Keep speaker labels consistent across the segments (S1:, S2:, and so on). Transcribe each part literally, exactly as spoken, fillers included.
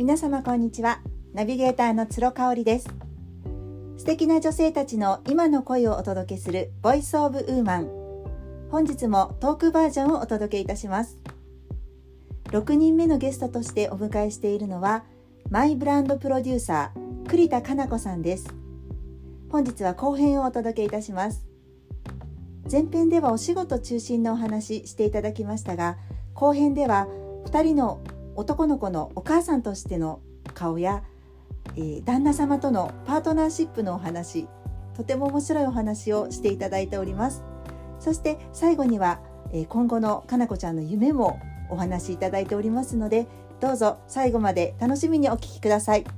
S1: 皆様こんにちは。ナビゲーターの鶴香織です。素敵な女性たちの今の声をお届けするボイスオブウーマン。本日もトークバージョンをお届けいたします。ろくにんめのゲストとしてお迎えしているのはマイブランドプロデューサー栗田かな子さんです。本日は後編をお届けいたします。前編ではお仕事中心のお話していただきましたが、後編ではふたりの男の子のお母さんとしての顔や、えー、旦那様とのパートナーシップのお話、とても面白いお話をしていただいております。そして最後には、えー、今後のかなこちゃんの夢もお話しいただいておりますので、どうぞ最後まで楽しみにお聞きください。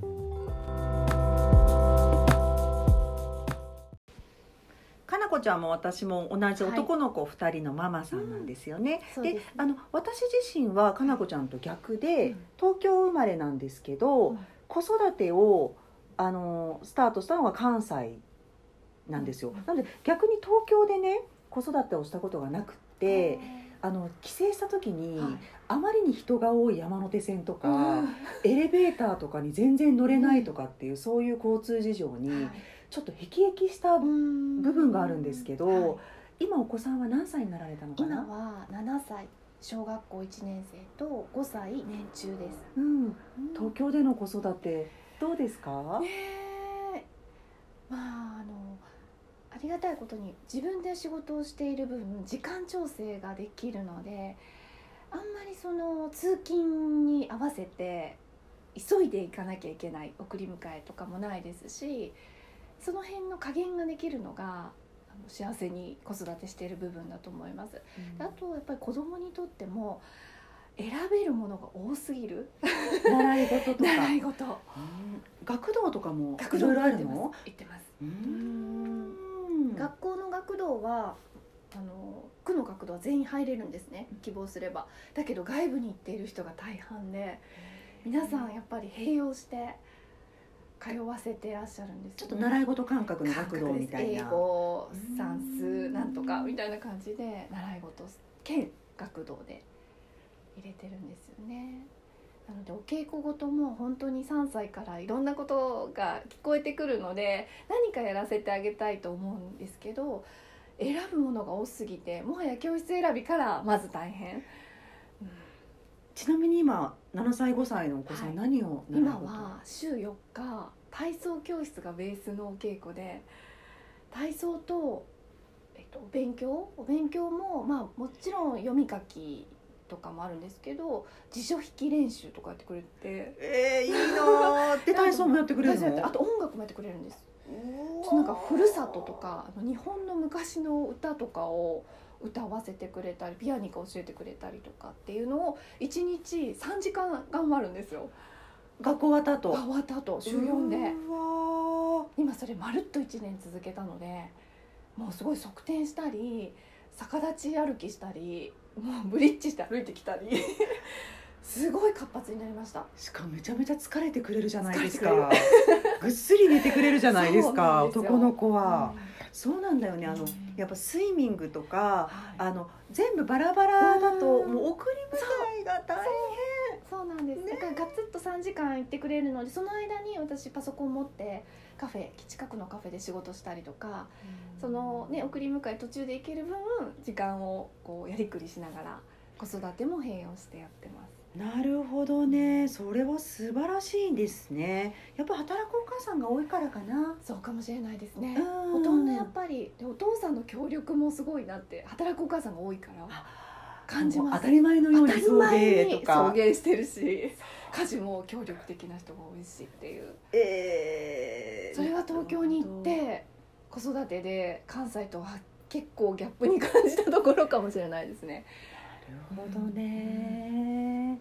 S1: かなこちゃんも私も同じ男の子ふたりのママさんなんですよね。はい、うん、で、あの私自身はかなこちゃんと逆で、うん、東京生まれなんですけど、うん、子育てをあのスタートしたのが関西なんですよ。うん、なので逆に東京でね子育てをしたことがなくて、あの帰省した時に、はい、あまりに人が多い山手線とか、うん、エレベーターとかに全然乗れないとかっていう、うん、そういう交通事情に、はい、ちょっと辟易した部分があるんですけど、はい、今お子さんは何歳になられたのかな？
S2: 今はななさい、小学校いちねん生とごさい年中です。
S1: うん、東京での子育てどうですか？
S2: ねえ、まああのありがたいことに自分で仕事をしている分時間調整ができるので、あんまりその通勤に合わせて急いで行かなきゃいけない送り迎えとかもないですし、その辺の加減ができるのがあの幸せに子育てしている部分だと思います。うん、あとやっぱり子供にとっても選べるものが多すぎる。
S1: 習い事とか
S2: 習い事、うん、
S1: 学童とかも
S2: いろいろあるの？行ってます。
S1: うーん、
S2: 学校の学童はあの区の学童は全員入れるんですね、希望すれば。だけど外部に行っている人が大半で、皆さんやっぱり併用して通わせてらっしゃるんです、ね、
S1: ちょっと習い事感覚の学童みたいな、
S2: 英語、算数なんとかみたいな感じで習い事兼学童で入れてるんですよね。なのでお稽古事も本当にさんさいからいろんなことが聞こえてくるので、何かやらせてあげたいと思うんですけど、選ぶものが多すぎてもはや教室選びからまず大変。うん、
S1: ちなみに今ななさいごさいのお子さん、はい、何を習い事？
S2: 今は週よっか体操教室がベースのお稽古で、体操と、えっと、お勉強お勉強も、まあ、もちろん読み書きとかもあるんですけど、辞書引き練習とかやってくれて、
S1: えー、いいなで体操もやってくれるの？
S2: あと音楽もやってくれるんです。なんかふるさととか日本の昔の歌とかを歌わせてくれたり、ピアニカ教えてくれたりとかっていうのをいちにちさんじかん頑張るんですよ。
S1: 学校終わった後
S2: 終わった後週よんで、今それまるっといちねん続けたので、もうすごい側転したり逆立ち歩きしたり、もうブリッジして歩いてきたりすごい活発になりました。
S1: しかもめちゃめちゃ疲れてくれるじゃないですか。ぐっすり寝てくれるじゃないですか、男の子は、うん、そうなんだよね。あの、うん、やっぱスイミングとか、はい、あの全部バラバラだと、うん、もう送り迎えが大変。
S2: そう、そうなんです、ね、だからガツッとさんじかん行ってくれるので、その間に私パソコン持ってカフェ近くのカフェで仕事したりとか、うん、そのね送り迎え途中で行ける分時間をこうやりくりしながら子育ても併用してやってます。
S1: なるほどね、それは素晴らしいですね。やっぱ働くお母さんが多いからかな。
S2: そうかもしれないですね。ほとんどやっぱりお父さんの協力もすごいなって、働くお母さんが多いから感じます。
S1: 当たり前のように送迎とか
S2: 送迎してるし、家事も協力的な人が多いしっていう、
S1: えー、
S2: それは東京に行って子育てで関西とは結構ギャップに感じたところかもしれないですね。
S1: なるほどね。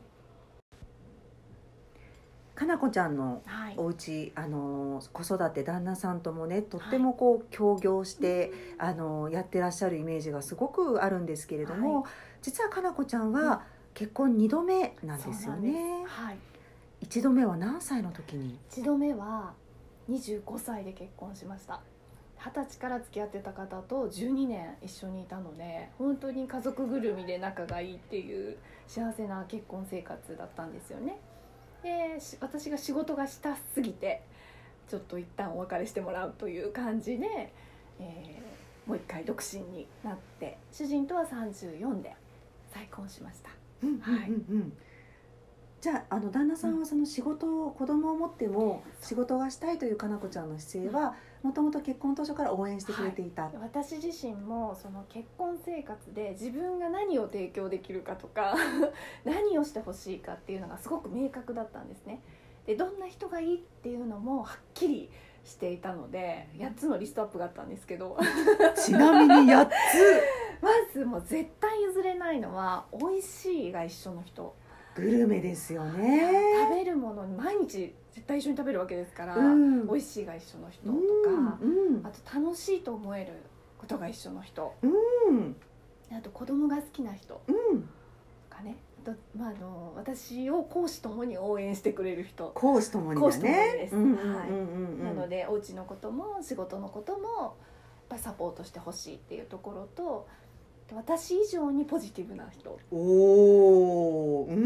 S1: かなこちゃんのお家、はい、あの子育て旦那さんともねとってもこう協業して、はい、あのやってらっしゃるイメージがすごくあるんですけれども、はい、実はかなこちゃんは結婚にどめなんですよね。
S2: はい、
S1: いちどめは何歳の時に？
S2: いちどめはにじゅうごさいで結婚しました。はたちから付き合ってた方とじゅうにねん一緒にいたので、本当に家族ぐるみで仲がいいっていう幸せな結婚生活だったんですよね。 で私が仕事がしたすぎてちょっと一旦お別れしてもらうという感じで、えー、もう一回独身になって主人とはさんじゅうよんで再婚しました。
S1: うん
S2: はい
S1: うんうんうん、じゃあ、あの旦那さんはその仕事を、子供を持っても仕事がしたいというかなこちゃんの姿勢はもともと結婚当初から応援してくれていた、
S2: はい、私自身もその結婚生活で自分が何を提供できるかとか何をしてほしいかっていうのがすごく明確だったんですね。でどんな人がいいっていうのもはっきりしていたのでやっつのリストアップがあったんですけど
S1: ちなみにやっつ
S2: まずもう絶対譲れないのは美味しいが一緒の人。
S1: グルメですよね。
S2: 食べるものに毎日絶対一緒に食べるわけですから、
S1: うん、
S2: 美味しいが一緒の人とか、
S1: うんうん、
S2: あと楽しいと思えることが一緒の人、
S1: うん、
S2: あと子供が好きな人
S1: うん、
S2: とかね、あと、まあ、あの私を公私ともに応援してくれる人、
S1: 公私ともに
S2: 公私ともに
S1: ね
S2: です、
S1: うんうん
S2: はい
S1: うんうん、
S2: なのでお家のことも仕事のこともやっぱりサポートしてほしいっていうところと、私以上にポジティブな人、
S1: おー、うん、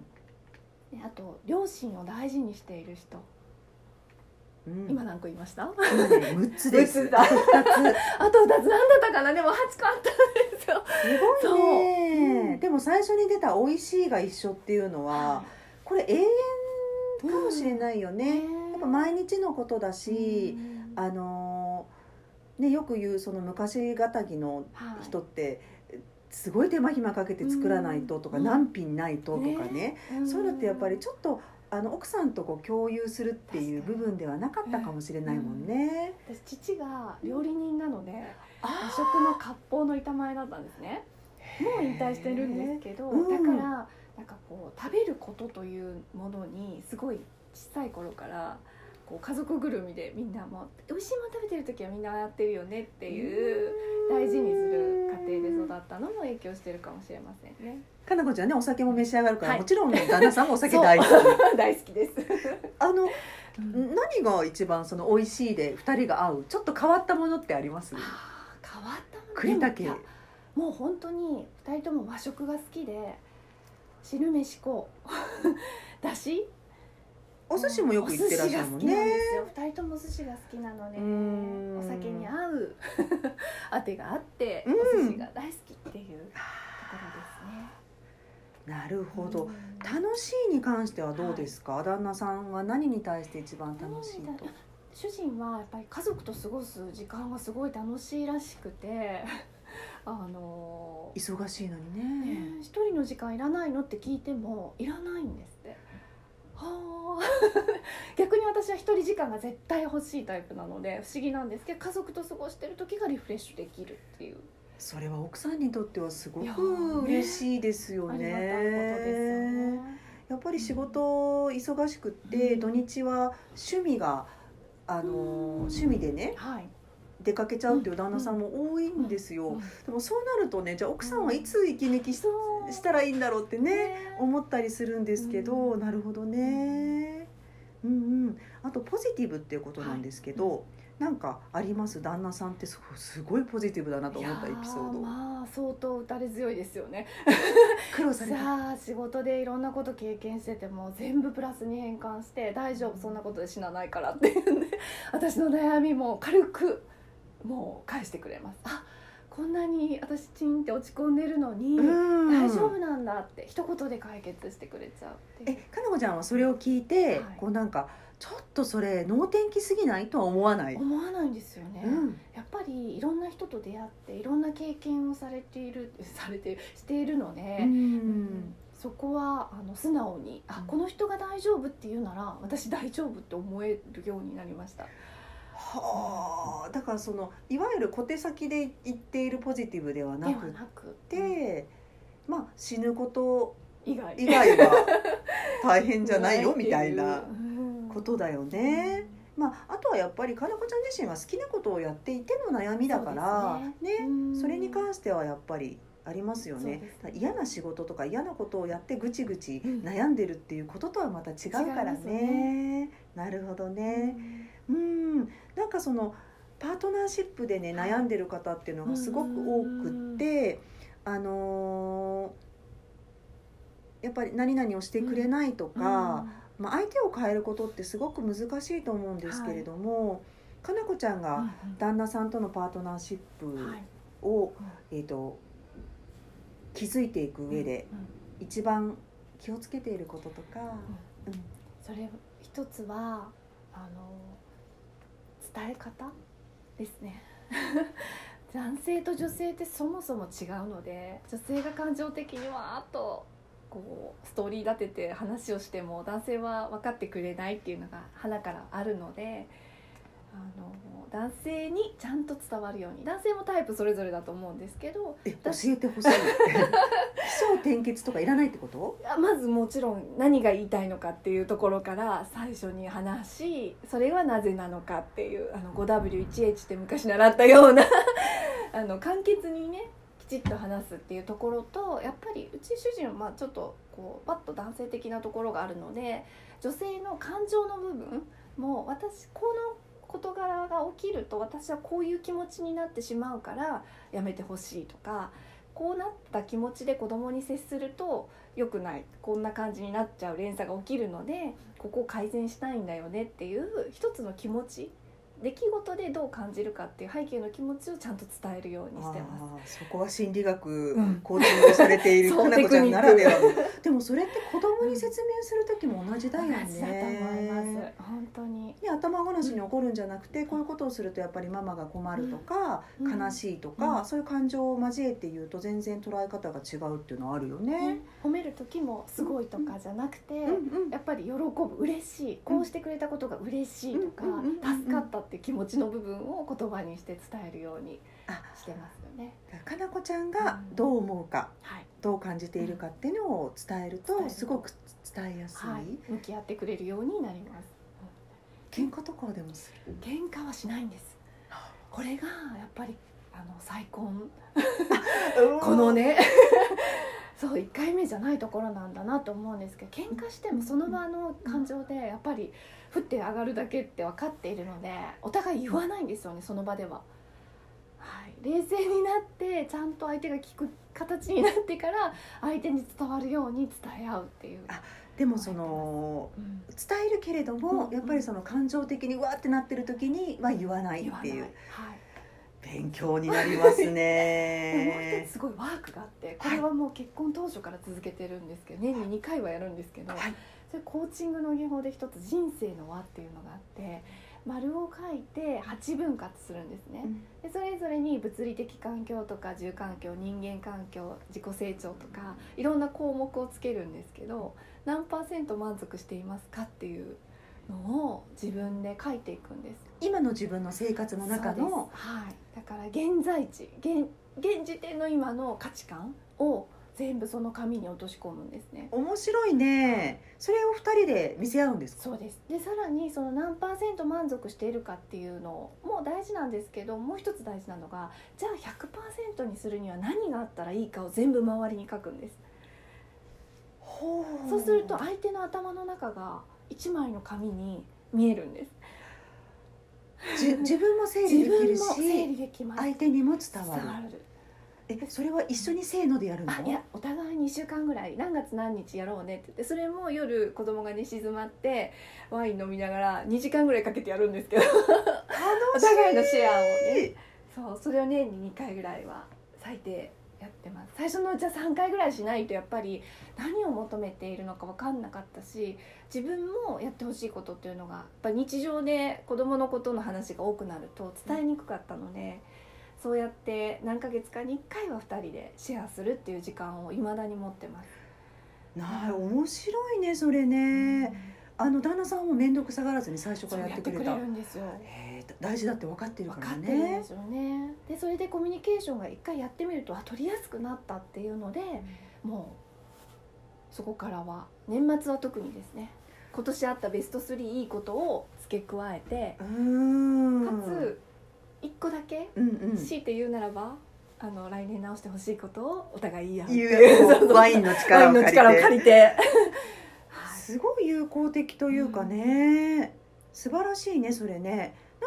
S2: あと両親を大事にしている人、うん、今何個言いました？
S1: 今ねむっつです。
S2: むっつだ。
S1: あとふたつ。
S2: あとふたつ何だったかな。でもはちこあったんですよ。
S1: すごいね、
S2: うん、
S1: でも最初に出た美味しいが一緒っていうのは、はい、これ永遠かもしれないよね、うん、やっぱ毎日のことだし、うん、あのね、よく言うその昔がたぎの人って、はい、すごい手間暇かけて作らないととか、うん、何品ないととかね、うん、そういうのってやっぱりちょっとあの奥さんとこう共有するっていう部分ではなかったかもしれないもんね、
S2: うん、私父が料理人なので和食の割烹の板前だったんですね。もう引退してるんですけど、うん、だからなんかこう食べることというものにすごい小さい頃からこう家族ぐるみでみんなも美味しいもの食べてる時はみんなやってるよねっていう大事にする家庭で育ったのも影響してるかもしれませんね。
S1: かなこちゃんね、お酒も召し上がるから、
S2: はい、
S1: もちろん旦那さんもお酒大好き
S2: 大好きです
S1: あの、うん、何が一番その美味しいでふたりが合うちょっと変わったものってあります？
S2: あ、変わったもの、
S1: 栗田家
S2: もう本当にふたりとも和食が好きで汁飯こうだし
S1: お寿司もよく行ってらっしゃるもんね。
S2: ふたりともお寿司が好きなので、お酒に合うあてがあって、うん、お寿司が大好きっていうところですね。
S1: なるほど、うん、楽しいに関してはどうですか、はい、旦那さんは何に対して一番楽しいと？
S2: 主人はやっぱり家族と過ごす時間がすごい楽しいらしくてあの
S1: 忙しいのにね、
S2: ね、一人の時間いらないのって聞いてもいらないんですって。は逆に私は一人時間が絶対欲しいタイプなので不思議なんですけど、家族と過ごしてる時がリフレッシュできるっていう、
S1: それは奥さんにとってはすごく嬉しいですよ ね, ねありがたいことですよね。やっぱり仕事忙しくって、うん、土日は趣味があの、うん、趣味でね、はい、出かけちゃうっていう旦那さんも多いんですよ、うんうん、でもそうなるとね、じゃあ奥さんはいつ息抜き し,、うん、したらいいんだろうってね、ね思ったりするんですけど、うん、なるほどね、うんうん、あとポジティブっていうことなんですけど、はい、なんかあります？旦那さんってすごいポジティブだなと思ったエピソード。
S2: まあ相当打たれ強いですよね
S1: 苦労された。
S2: さあ仕事でいろんなこと経験してても全部プラスに変換して大丈夫、そんなことで死なないからっていうんで私の悩みも軽くもう返してくれます。あ、こんなに私チンって落ち込んでるのに大丈夫なんだって一言で解決してくれちゃうっていう。
S1: え、かなこちゃんはそれを聞いて、はい、こうなんかちょっとそれ能天気すぎないとは思わない？
S2: 思わないんですよね、うん、やっぱりいろんな人と出会っていろんな経験をされているされてしているので、うんうん、そこはあの素直に、あ、この人が大丈夫って言うなら私大丈夫って思えるようになりました。
S1: はあ、だからそのいわゆる小手先で言っているポジティブではなくて、うん、まあ死ぬこと以外、以外は大変じゃないよみたいなことだよね、うん、まあ、あとはやっぱりかなこちゃん自身は好きなことをやっていての悩みだからそ ね, ねそれに関してはやっぱりありますよね。嫌な仕事とか嫌なことをやってぐちぐち悩んでるっていうこととはまた違うからね、うん、ね。なるほどね、うん、うんなんかそのパートナーシップでね悩んでる方っていうのがすごく多くって、あのー、やっぱり何々をしてくれないとか、 まあ、相手を変えることってすごく難しいと思うんですけれども、はい、かなこちゃんが旦那さんとのパートナーシップを、はい、えーと、築いていく上で一番気をつけていることとか、
S2: うんうん、それ一つはあの伝え方ですね男性と女性ってそもそも違うので、女性が感情的にわーっとこうストーリー立てて話をしても男性は分かってくれないっていうのが鼻からあるので、あの男性にちゃんと伝わるように、男性もタイプそれぞれだと思うんですけど、
S1: え教えてほしい起承転結とかいらないってこと？
S2: まずもちろん何が言いたいのかっていうところから最初に話し、それはなぜなのかっていう、あの ファイブダブリューワンエイチ って昔習ったようなあの簡潔にねきちっと話すっていうところと、やっぱりうち主人はまあちょっとこうパッと男性的なところがあるので、女性の感情の部分も私この事柄が起きると私はこういう気持ちになってしまうからやめてほしいとか、こうなった気持ちで子供に接すると良くない、こんな感じになっちゃう連鎖が起きるのでここを改善したいんだよねっていう一つの気持ち、出来事でどう感じるかっていう背景の気持ちをちゃんと伝えるようにしてます。
S1: あ、そこは心理学、うん、コーチングされているかなこちゃんならではのでもそれって子供に説明する時も同じだよね。
S2: 同じだと思います本当に。
S1: で頭ごなしに怒るんじゃなくて、うん、こういうことをするとやっぱりママが困るとか、うん、悲しいとか、うん、そういう感情を交えて言うと全然捉え方が違うっていうのはあるよね、
S2: うん、褒める時もすごいとかじゃなくて、うんうん、やっぱり喜ぶ、嬉しい、こうしてくれたことが嬉しいとか、うん、助かったって気持ちの部分を言葉にして伝えるようにしてますよね。
S1: かなこちゃんがどう思うか、うんはい、どう感じているかっていうのを伝えるとすごく伝えやすい、はい、
S2: 向き合ってくれるようになります。
S1: 喧嘩とかはでもする？
S2: 喧嘩はしないんです。これがやっぱりあの再婚このねそういっかいめじゃないところなんだなと思うんですけど、喧嘩してもその場の感情でやっぱり降って上がるだけって分かっているので、お互い言わないんですよねその場では、はい、冷静になってちゃんと相手が聞く形になってから相手に伝わるように伝え合うっていう。
S1: あでもその、うん、伝えるけれども、うん、やっぱりその感情的にわーってなってる時には言わないっていう、はい、勉強になりますね
S2: もう一つすごいワークがあって、これはもう結婚当初から続けてるんですけど、年ににかいはやるんですけど、はい、それコーチングの技法で一つ人生の輪っていうのがあって、丸を書いてはちぶん割するんですね、うん、でそれぞれに物理的環境とか住環境、人間環境、自己成長とかいろんな項目をつけるんですけど、何パーセント満足していますかっていうのを自分で書いていくんです。
S1: 今の自分の生活の中の、
S2: はい、だから現在地 現, 現時点の今の価値観を全部その紙に落とし込むんですね。
S1: 面白いね、はい、それをふたりで見せ合うんですか？
S2: そうです。でさらにその何パーセント満足しているかっていうのも大事なんですけど、もう一つ大事なのが、じゃあ ひゃくパーセント にするには何があったらいいかを全部周りに書くんです。ほう。そうすると相手の頭の中がいちまいの紙に見えるんです。
S1: じ自分も整理できるし、
S2: 自分も整理できます。
S1: 相手にも伝わる。
S2: 伝わる。
S1: えそれは一緒にせーのでやるの？
S2: あいや、お互いにしゅうかんぐらい何月何日やろうねって言って、それも夜子供が寝静まってワイン飲みながらにじかんぐらいかけてやるんですけどお互いのシェアをね、そうそれを年ににかいぐらいは最低やってます。最初のうちはさんかいぐらいしないとやっぱり何を求めているのか分かんなかったし、自分もやってほしいことっていうのがやっぱ日常で子供のことの話が多くなると伝えにくかったので、そうやって何ヶ月かにいっかいはふたりでシェアするっていう時間を未だに持ってます。
S1: なあ、面白いねそれね、うん、あの旦那さんも面倒くさがらずに最初からやってくれた。
S2: そうやってくれるんですよ。
S1: へー、大事だって分かってるからね。
S2: 分かってるんですよね。でそれでコミュニケーションがいっかいやってみるとあ取りやすくなったっていうので、うん、もうそこからは年末は特にですね、今年あったベストスリーいいことを付け加えて、うーんかついっこだけ、うんうん、強いて言うならばあの来年直してほしいことをお互い言い合うっていう
S1: ワインの力を借りて、ワインの力を借りてすごい友好的というかね、うん、素晴らしいねそれね。なん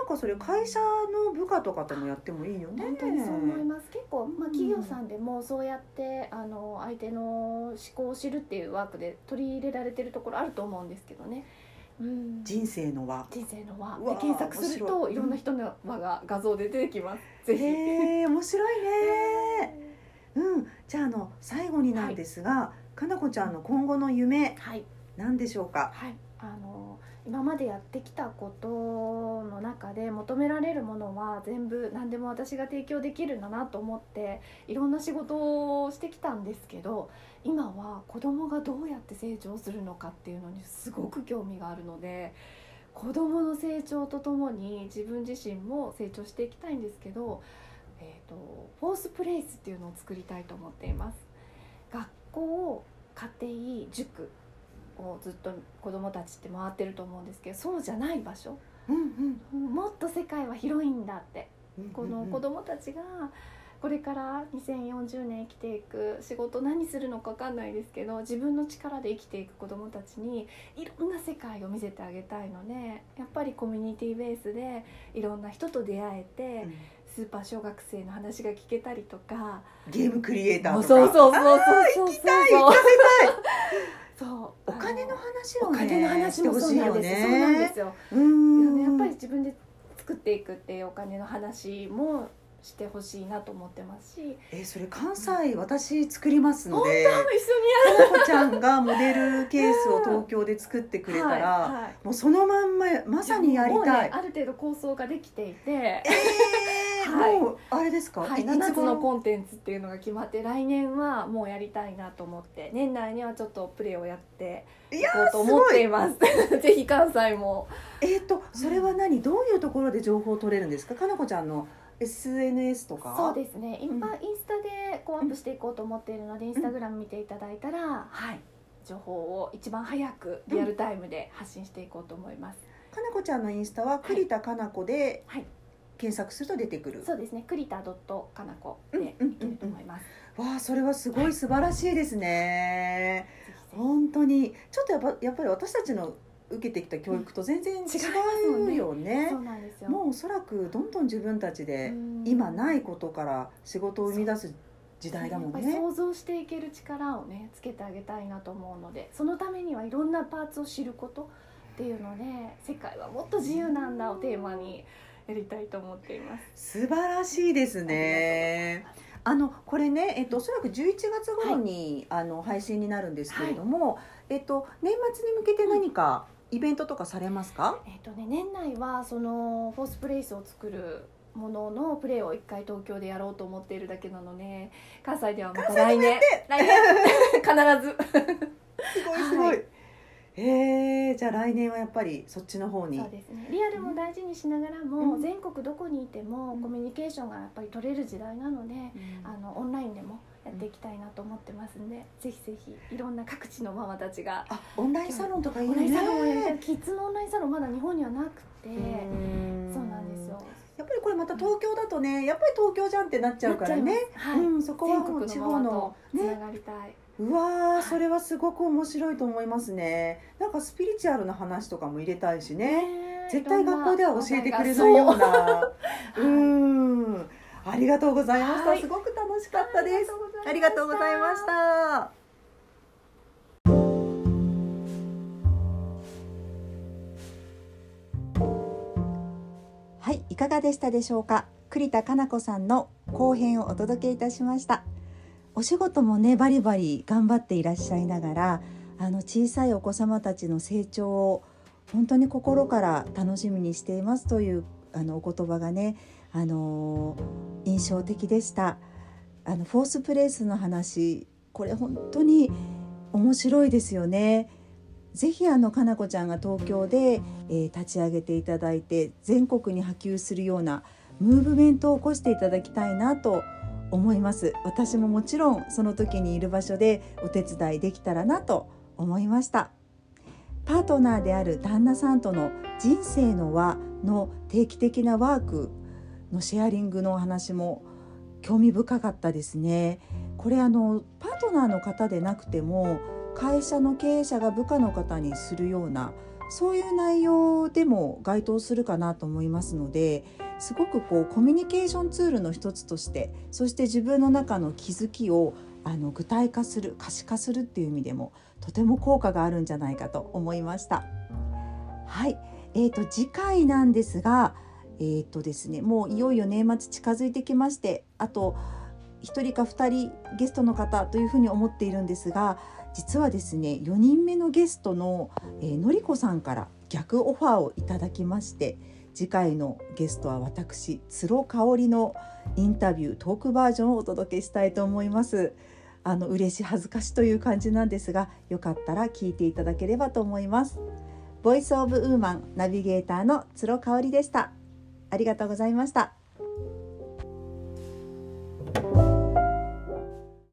S3: なんかそれ会社の部下とかともやってもいいよね。
S2: 本当にそう思います。結構、まあ、企業さんでもそうやってあの相手の思考を知るっていうワークで取り入れられてるところあると思うんですけどね。うん、
S3: 人生の輪
S2: 人生の輪
S3: うわ
S2: で検索するといろんな人の輪が画像で出てきます。ぜひ。
S3: へー面白いね。うん、じゃあ、あの最後になんですが、はい、かなこちゃんの今後の夢、はい、何でしょうか。
S2: はい、あの今までやってきたことの中で求められるものは全部何でも私が提供できるんだなと思っていろんな仕事をしてきたんですけど、今は子供がどうやって成長するのかっていうのにすごく興味があるので、子供の成長とともに自分自身も成長していきたいんですけど、えーと、フォースプレイスっていうのを作りたいと思っています。学校、家庭、塾をずっと子どもたちって回ってると思うんですけど、そうじゃない場所、うんうん、もっと世界は広いんだって、うんうんうん、この子どもたちがこれからにせんよんじゅうねん生きていく、仕事何するのか分かんないですけど、自分の力で生きていく子どもたちにいろんな世界を見せてあげたいので、やっぱりコミュニティベースでいろんな人と出会えて、うん、スーパー小学生の話が聞けたりとか、
S3: ゲームクリエイターとか、
S2: そうそうそうそうそうそう、
S3: 行きたい行かせたい
S2: そう
S3: お金の話をね、
S2: お金の話もそうなんです、そうなんですよ。うん、やっぱり自分で作っていくっていうお金の話もしてほしいなと思ってますし、
S3: えそれ関西、うん、私作りますので、
S2: 本当一緒にやる。
S3: かなこちゃんがモデルケースを東京で作ってくれたら、はいはい、もうそのまんままさにやりたい。もうね、
S2: ある程度構想ができていて、え
S3: ーはい、もうあれですか、
S2: はい、ななつのコンテンツっていうのが決まって、来年はもうやりたいなと思って、年内にはちょっとプレーをやっていこうと思っています。ぜひ関西も。
S3: えっとそれは何、どういうところで情報を取れるんですか、かなこちゃんのエスエヌエス とか。
S2: そうですね、今、うん、インスタでこうアップしていこうと思っているので、うん、インスタグラム見ていただいたら、うん、はい、情報を一番早くリアルタイムで発信していこうと思います。
S3: うん、かなこちゃんのインスタは栗田かなこで、はいはい、検索すると出てくる。
S2: そうですね、栗田かなこでいけると思います。
S3: うんうんうん、わあ、それはすごい素晴らしいですね。はい、本当にちょっとやっぱ、やっぱり私たちの受けてきた教育と全然違うよね。
S2: そうなんですよ。
S3: もうおそらくどんどん自分たちで今ないことから仕事を生み出す時代だもんね。
S2: やっぱり想像していける力をねつけてあげたいなと思うので、そのためにはいろんなパーツを知ることっていうので、世界はもっと自由なんだをテーマにやりたいと思っています。
S3: 素晴らしいですね。あのこれね、えっと、おそらくじゅういちがつ頃に、はい、あの配信になるんですけれども、はい、えっと、年末に向けて何かイベントとかされますか？
S2: えっとね、年内はそのフォースプレイスを作るもののプレーを一回東京でやろうと思っているだけなので、関西ではまた来年来年必ず
S3: すごいすごい、はい、えー、じゃあ来年はやっぱりそっちの方に。
S2: そうですね、リアルも大事にしながらも、うん、全国どこにいてもコミュニケーションがやっぱり取れる時代なので、うん、あのオンラインでもやっていきたいなと思ってますんで、うん、ぜひぜひいろんな各地のママたちが、
S3: あ、オンラインサロンとかいいね。
S2: オンラインサロンをやりたい。キッズのオンラインサロンまだ日本にはなくて、そうなんですよ。
S3: やっぱりこれまた東京だとね、やっぱり東京じゃんってなっちゃうからね、
S2: はい、
S3: うん、そこはもう地方の
S2: つながりたい、ね、
S3: うわー、はい、それはすごく面白いと思いますね。なんかスピリチュアルな話とかも入れたいしね、絶対学校では教えてくれないようなうーん、ありがとうございました、はい、すごく楽しかったです。ありがとうございました。
S1: はい、いかがでしたでしょうか。栗田かな子さんの後編をお届けいたしました。お仕事もねバリバリ頑張っていらっしゃいながら、あの小さいお子様たちの成長を本当に心から楽しみにしていますというあのお言葉がね、あのー、印象的でした。あのフォースプレイスの話、これ本当に面白いですよね。ぜひあのかなこちゃんが東京で、えー、立ち上げていただいて全国に波及するようなムーブメントを起こしていただきたいなと思います。私ももちろんその時にいる場所でお手伝いできたらなと思いました。パートナーである旦那さんとの人生の輪の定期的なワークのシェアリングのお話も興味深かったですね。これあのパートナーの方でなくても会社の経営者が部下の方にするようなそういう内容でも該当するかなと思いますので、すごくこうコミュニケーションツールの一つとして、そして自分の中の気づきをあの具体化する、可視化するっていう意味でもとても効果があるんじゃないかと思いました。はい、えーと次回なんですが、えーとですね、もういよいよ年末近づいてきまして、あとひとりかふたりゲストの方というふうに思っているんですが、実はですねよにんめのゲストの、えー、のりこさんから逆オファーをいただきまして、次回のゲストは私鶴香織のインタビュートークバージョンをお届けしたいと思います。あの嬉し恥ずかしという感じなんですが、よかったら聞いていただければと思います。ボイスオブウーマンナビゲーターの鶴香織でした。ありがとうございました。